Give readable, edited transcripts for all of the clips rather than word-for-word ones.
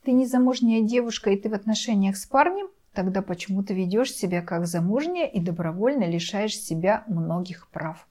Ты не замужняя девушка и ты в отношениях с парнем? Тогда почему ты ведешь себя как замужняя и добровольно лишаешь себя многих прав?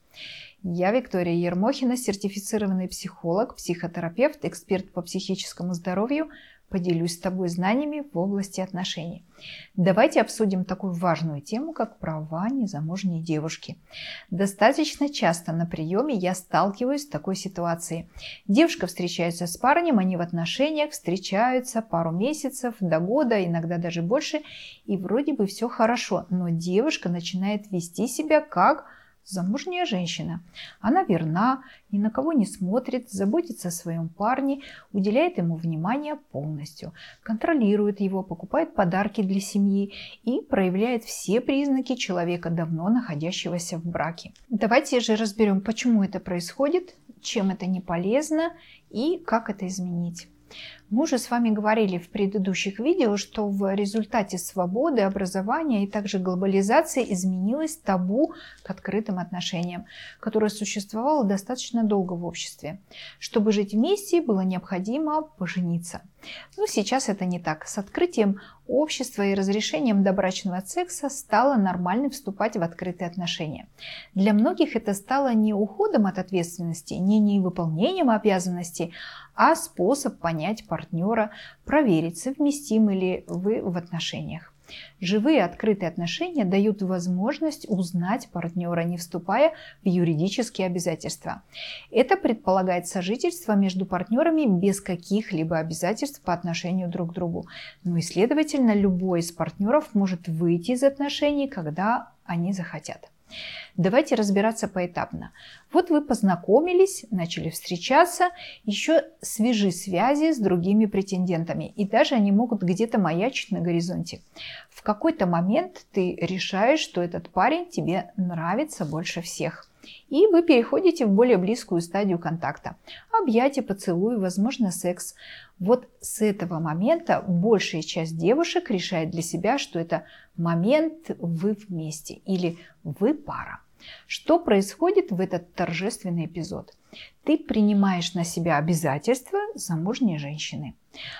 Я Виктория Ермохина, сертифицированный психолог, психотерапевт, эксперт по психическому здоровью. Поделюсь с тобой знаниями в области отношений. Давайте обсудим такую важную тему, как права незамужней девушки. Достаточно часто на приеме я сталкиваюсь с такой ситуацией. Девушка встречается с парнем, они в отношениях, встречаются пару месяцев, до года, иногда даже больше, и вроде бы все хорошо, но девушка начинает вести себя как замужняя женщина. Она верна, ни на кого не смотрит, заботится о своем парне, уделяет ему внимание полностью, контролирует его, покупает подарки для семьи и проявляет все признаки человека, давно находящегося в браке. Давайте же разберем, почему это происходит, чем это не полезно и как это изменить. Мы уже с вами говорили в предыдущих видео, что в результате свободы, образования и также глобализации изменилось табу к открытым отношениям, которое существовало достаточно долго в обществе. Чтобы жить вместе, было необходимо пожениться. Но сейчас это не так. С открытием общества и разрешением добрачного секса стало нормально вступать в открытые отношения. Для многих это стало не уходом от ответственности, не невыполнением обязанностей, а способ понять партнера, проверить, совместимы ли вы в отношениях. Живые открытые отношения дают возможность узнать партнера, не вступая в юридические обязательства. Это предполагает сожительство между партнерами без каких-либо обязательств по отношению друг к другу. Ну и, следовательно, любой из партнеров может выйти из отношений, когда они захотят. Давайте разбираться поэтапно. Вот вы познакомились, начали встречаться, еще свяжи связи с другими претендентами, и даже они могут где-то маячить на горизонте. В какой-то момент ты решаешь, что этот парень тебе нравится больше всех. И вы переходите в более близкую стадию контакта. Объятия, поцелуи, возможно, секс. Вот с этого момента большая часть девушек решает для себя, что это момент вы вместе или вы пара. Что происходит в этот торжественный эпизод? Ты принимаешь на себя обязательства замужней женщины.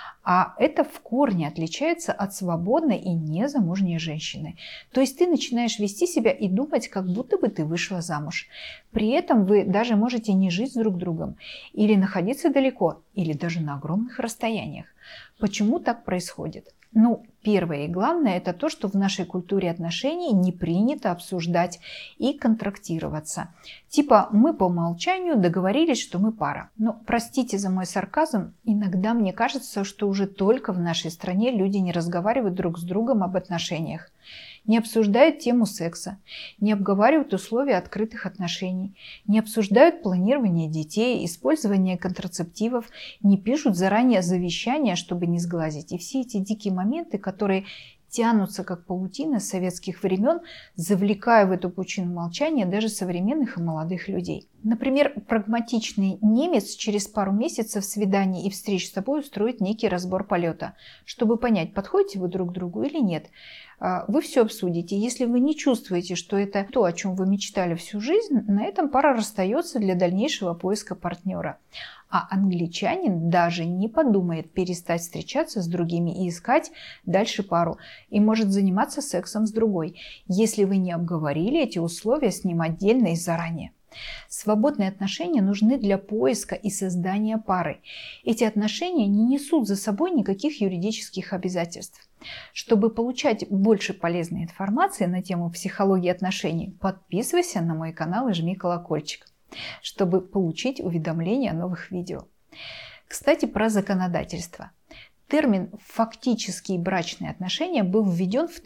А это в корне отличается от свободной и незамужней женщины. То есть ты начинаешь вести себя и думать, как будто бы ты вышла замуж. При этом вы даже можете не жить с друг другом, или находиться далеко, или даже на огромных расстояниях. Почему так происходит? Ну, первое и главное, это то, что в нашей культуре отношений не принято обсуждать и контрактироваться. Типа, мы по умолчанию договорились, что мы пара. Но, простите за мой сарказм, иногда мне кажется, что уже только в нашей стране люди не разговаривают друг с другом об отношениях. Не обсуждают тему секса, не обговаривают условия открытых отношений, не обсуждают планирование детей, использование контрацептивов, не пишут заранее завещания, чтобы не сглазить. И все эти дикие моменты, которые тянутся как паутина с советских времен, завлекая в эту пучину молчания даже современных и молодых людей. Например, прагматичный немец через пару месяцев свиданий и встреч с тобой устроит некий разбор полета, чтобы понять, подходите вы друг к другу или нет. Вы все обсудите. Если вы не чувствуете, что это то, о чем вы мечтали всю жизнь, на этом пара расстается для дальнейшего поиска партнера. А англичанин даже не подумает перестать встречаться с другими и искать дальше пару, и может заниматься сексом с другой, если вы не обговорили эти условия с ним отдельно и заранее. Свободные отношения нужны для поиска и создания пары. Эти отношения не несут за собой никаких юридических обязательств. Чтобы получать больше полезной информации на тему психологии отношений, подписывайся на мой канал и жми колокольчик, чтобы получить уведомления о новых видео. Кстати, про законодательство. Термин «фактические брачные отношения» был введен в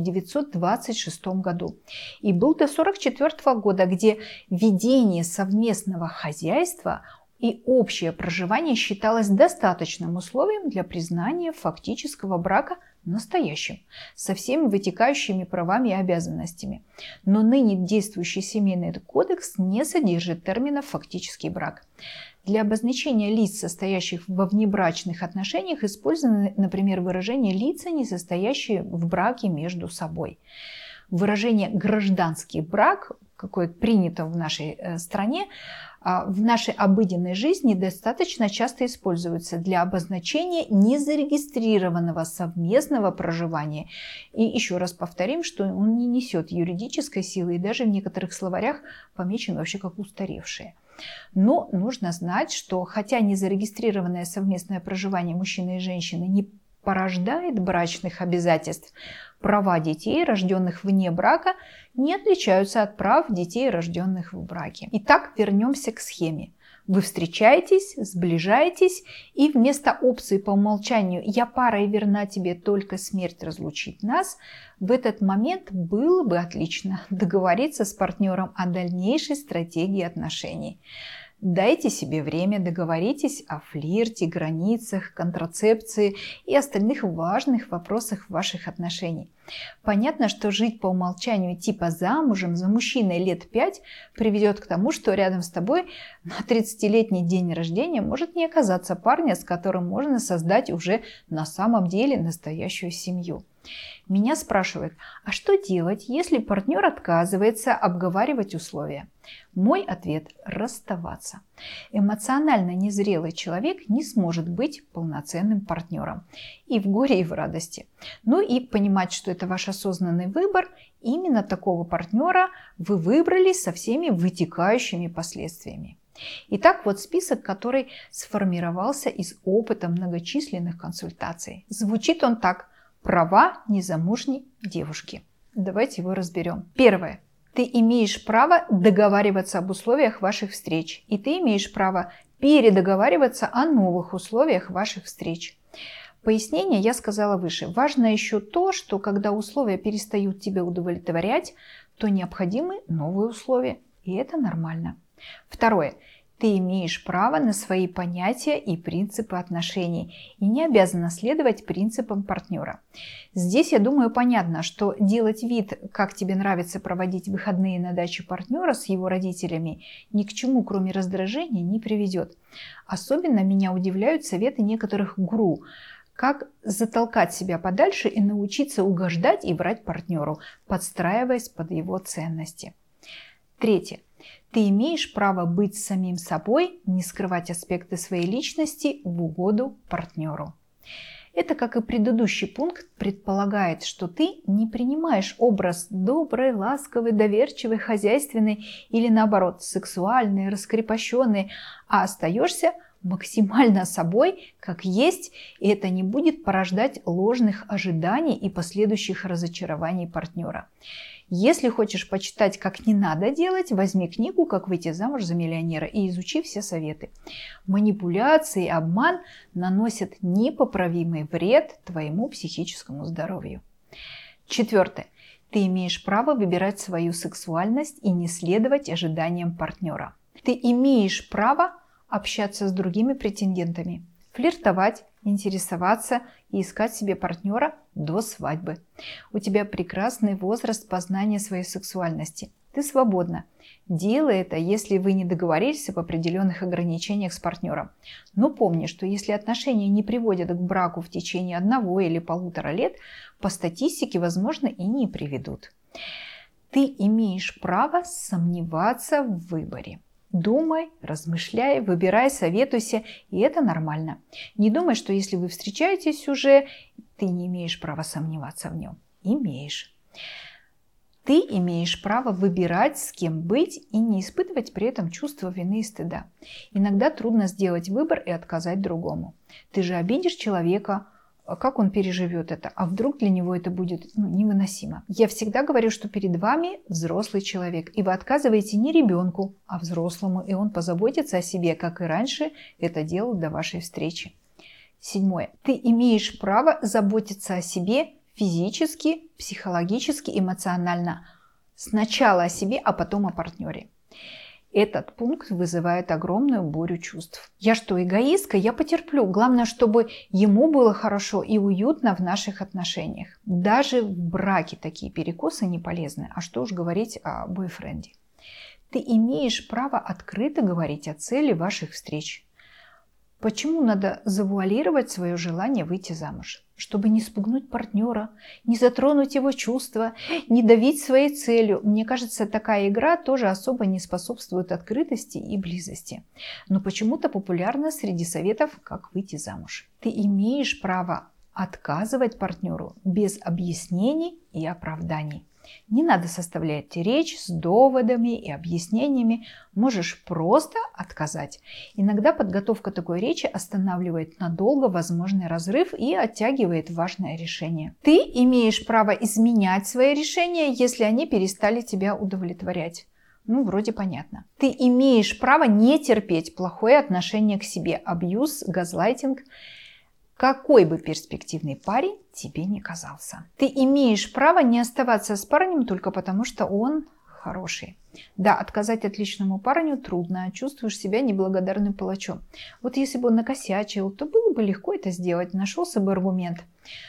1926 году и был до 1944 года, где ведение совместного хозяйства и общее проживание считалось достаточным условием для признания фактического брака настоящим, со всеми вытекающими правами и обязанностями. Но ныне действующий семейный кодекс не содержит термина «фактический брак». Для обозначения лиц, состоящих во внебрачных отношениях, использовано, например, выражение «лица, не состоящие в браке между собой». Выражение «гражданский брак», какое принято в нашей стране, в нашей обыденной жизни достаточно часто используются для обозначения незарегистрированного совместного проживания. И еще раз повторим, что он не несет юридической силы и даже в некоторых словарях помечен вообще как устаревшие. Но нужно знать, что хотя незарегистрированное совместное проживание мужчины и женщины не порождает брачных обязательств, права детей, рожденных вне брака, не отличаются от прав детей, рожденных в браке. Итак, вернемся к схеме. Вы встречаетесь, сближаетесь, и вместо опции по умолчанию «я пара и верна тебе, только смерть разлучит нас», в этот момент было бы отлично договориться с партнером о дальнейшей стратегии отношений. Дайте себе время, договоритесь о флирте, границах, контрацепции и остальных важных вопросах ваших отношений. Понятно, что жить по умолчанию типа замужем за мужчиной лет 5 приведет к тому, что рядом с тобой на 30-летний день рождения может не оказаться парня, с которым можно создать уже на самом деле настоящую семью. Меня спрашивают, а что делать, если партнер отказывается обговаривать условия? Мой ответ – расставаться. Эмоционально незрелый человек не сможет быть полноценным партнером и в горе, и в радости. Ну и понимать, что это ваш осознанный выбор, именно такого партнера вы выбрали со всеми вытекающими последствиями. Итак, вот список, который сформировался из опыта многочисленных консультаций. Звучит он так. Права незамужней девушки. Давайте его разберем. Первое. Ты имеешь право договариваться об условиях ваших встреч. И ты имеешь право передоговариваться о новых условиях ваших встреч. Пояснение я сказала выше. Важно еще то, что когда условия перестают тебя удовлетворять, то необходимы новые условия. И это нормально. Второе. Ты имеешь право на свои понятия и принципы отношений и не обязана следовать принципам партнера. Здесь, я думаю, понятно, что делать вид, как тебе нравится проводить выходные на даче партнера с его родителями, ни к чему, кроме раздражения, не приведет. Особенно меня удивляют советы некоторых гуру, как затолкать себя подальше и научиться угождать и врать партнеру, подстраиваясь под его ценности. Третье. Ты имеешь право быть самим собой, не скрывать аспекты своей личности в угоду партнеру. Это, как и предыдущий пункт, предполагает, что ты не принимаешь образ доброй, ласковой, доверчивой, хозяйственной или наоборот сексуальной, раскрепощенной, а остаешься максимально собой, как есть, и это не будет порождать ложных ожиданий и последующих разочарований партнера. Если хочешь почитать, как не надо делать, возьми книгу «Как выйти замуж за миллионера» и изучи все советы. Манипуляции и обман наносят непоправимый вред твоему психическому здоровью. Четвертое. Ты имеешь право выбирать свою сексуальность и не следовать ожиданиям партнера. Ты имеешь право общаться с другими претендентами, флиртовать, интересоваться и искать себе партнера до свадьбы. У тебя прекрасный возраст познания своей сексуальности. Ты свободна. Делай это, если вы не договорились об определенных ограничениях с партнером. Но помни, что если отношения не приводят к браку в течение 1 или 1,5 лет, по статистике, возможно, и не приведут. Ты имеешь право сомневаться в выборе. Думай, размышляй, выбирай, советуйся, и это нормально. Не думай, что если вы встречаетесь уже, ты не имеешь права сомневаться в нем. Имеешь. Ты имеешь право выбирать, с кем быть, и не испытывать при этом чувство вины и стыда. Иногда трудно сделать выбор и отказать другому. Ты же обидишь человека, как он переживет это, а вдруг для него это будет невыносимо. Я всегда говорю, что перед вами взрослый человек, и вы отказываете не ребенку, а взрослому, и он позаботится о себе, как и раньше это делал до вашей встречи. 7. Ты имеешь право заботиться о себе физически, психологически, эмоционально. Сначала о себе, а потом о партнере. Этот пункт вызывает огромную бурю чувств. Я что, эгоистка? Я потерплю. Главное, чтобы ему было хорошо и уютно в наших отношениях. Даже в браке такие перекосы не полезны. А что уж говорить о бойфренде. Ты имеешь право открыто говорить о цели ваших встреч. Почему надо завуалировать свое желание выйти замуж? Чтобы не спугнуть партнера, не затронуть его чувства, не давить своей целью. Мне кажется, такая игра тоже особо не способствует открытости и близости. Но почему-то популярна среди советов, как выйти замуж. Ты имеешь право отказывать партнеру без объяснений и оправданий. Не надо составлять речь с доводами и объяснениями, можешь просто отказать. Иногда подготовка такой речи останавливает надолго возможный разрыв и оттягивает важное решение. Ты имеешь право изменять свои решения, если они перестали тебя удовлетворять. Вроде понятно. Ты имеешь право не терпеть плохое отношение к себе, абьюз, газлайтинг. Какой бы перспективный парень тебе не казался. Ты имеешь право не оставаться с парнем только потому, что он хороший. Да, отказать отличному парню трудно, чувствуешь себя неблагодарным палачом. Вот если бы он накосячил, то было бы легко это сделать, нашелся бы аргумент.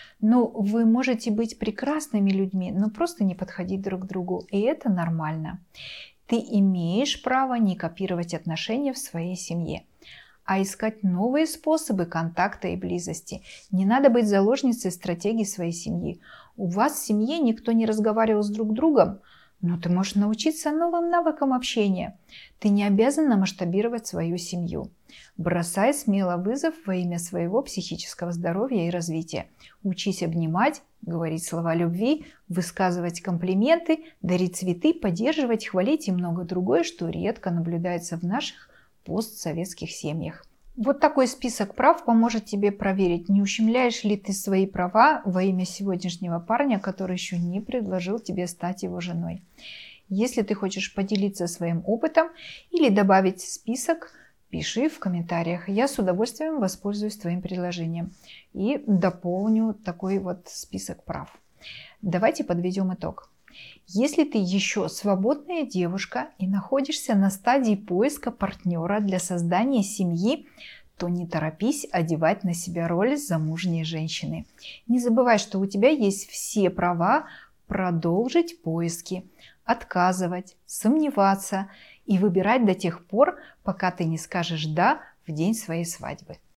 Но вы можете быть прекрасными людьми, но просто не подходить друг к другу, и это нормально. Ты имеешь право не копировать отношения в своей семье, а искать новые способы контакта и близости. Не надо быть заложницей стратегии своей семьи. У вас в семье никто не разговаривал с друг другом, но ты можешь научиться новым навыкам общения. Ты не обязана масштабировать свою семью. Бросай смело вызов во имя своего психического здоровья и развития. Учись обнимать, говорить слова любви, высказывать комплименты, дарить цветы, поддерживать, хвалить и многое другое, что редко наблюдается в наших постсоветских семьях. Вот такой список прав поможет тебе проверить, не ущемляешь ли ты свои права во имя сегодняшнего парня, который еще не предложил тебе стать его женой. Если ты хочешь поделиться своим опытом или добавить список, пиши в комментариях. Я с удовольствием воспользуюсь твоим предложением и дополню такой вот список прав. Давайте подведем итог. Если ты еще свободная девушка и находишься на стадии поиска партнера для создания семьи, то не торопись одевать на себя роль замужней женщины. Не забывай, что у тебя есть все права продолжить поиски, отказывать, сомневаться и выбирать до тех пор, пока ты не скажешь «да» в день своей свадьбы.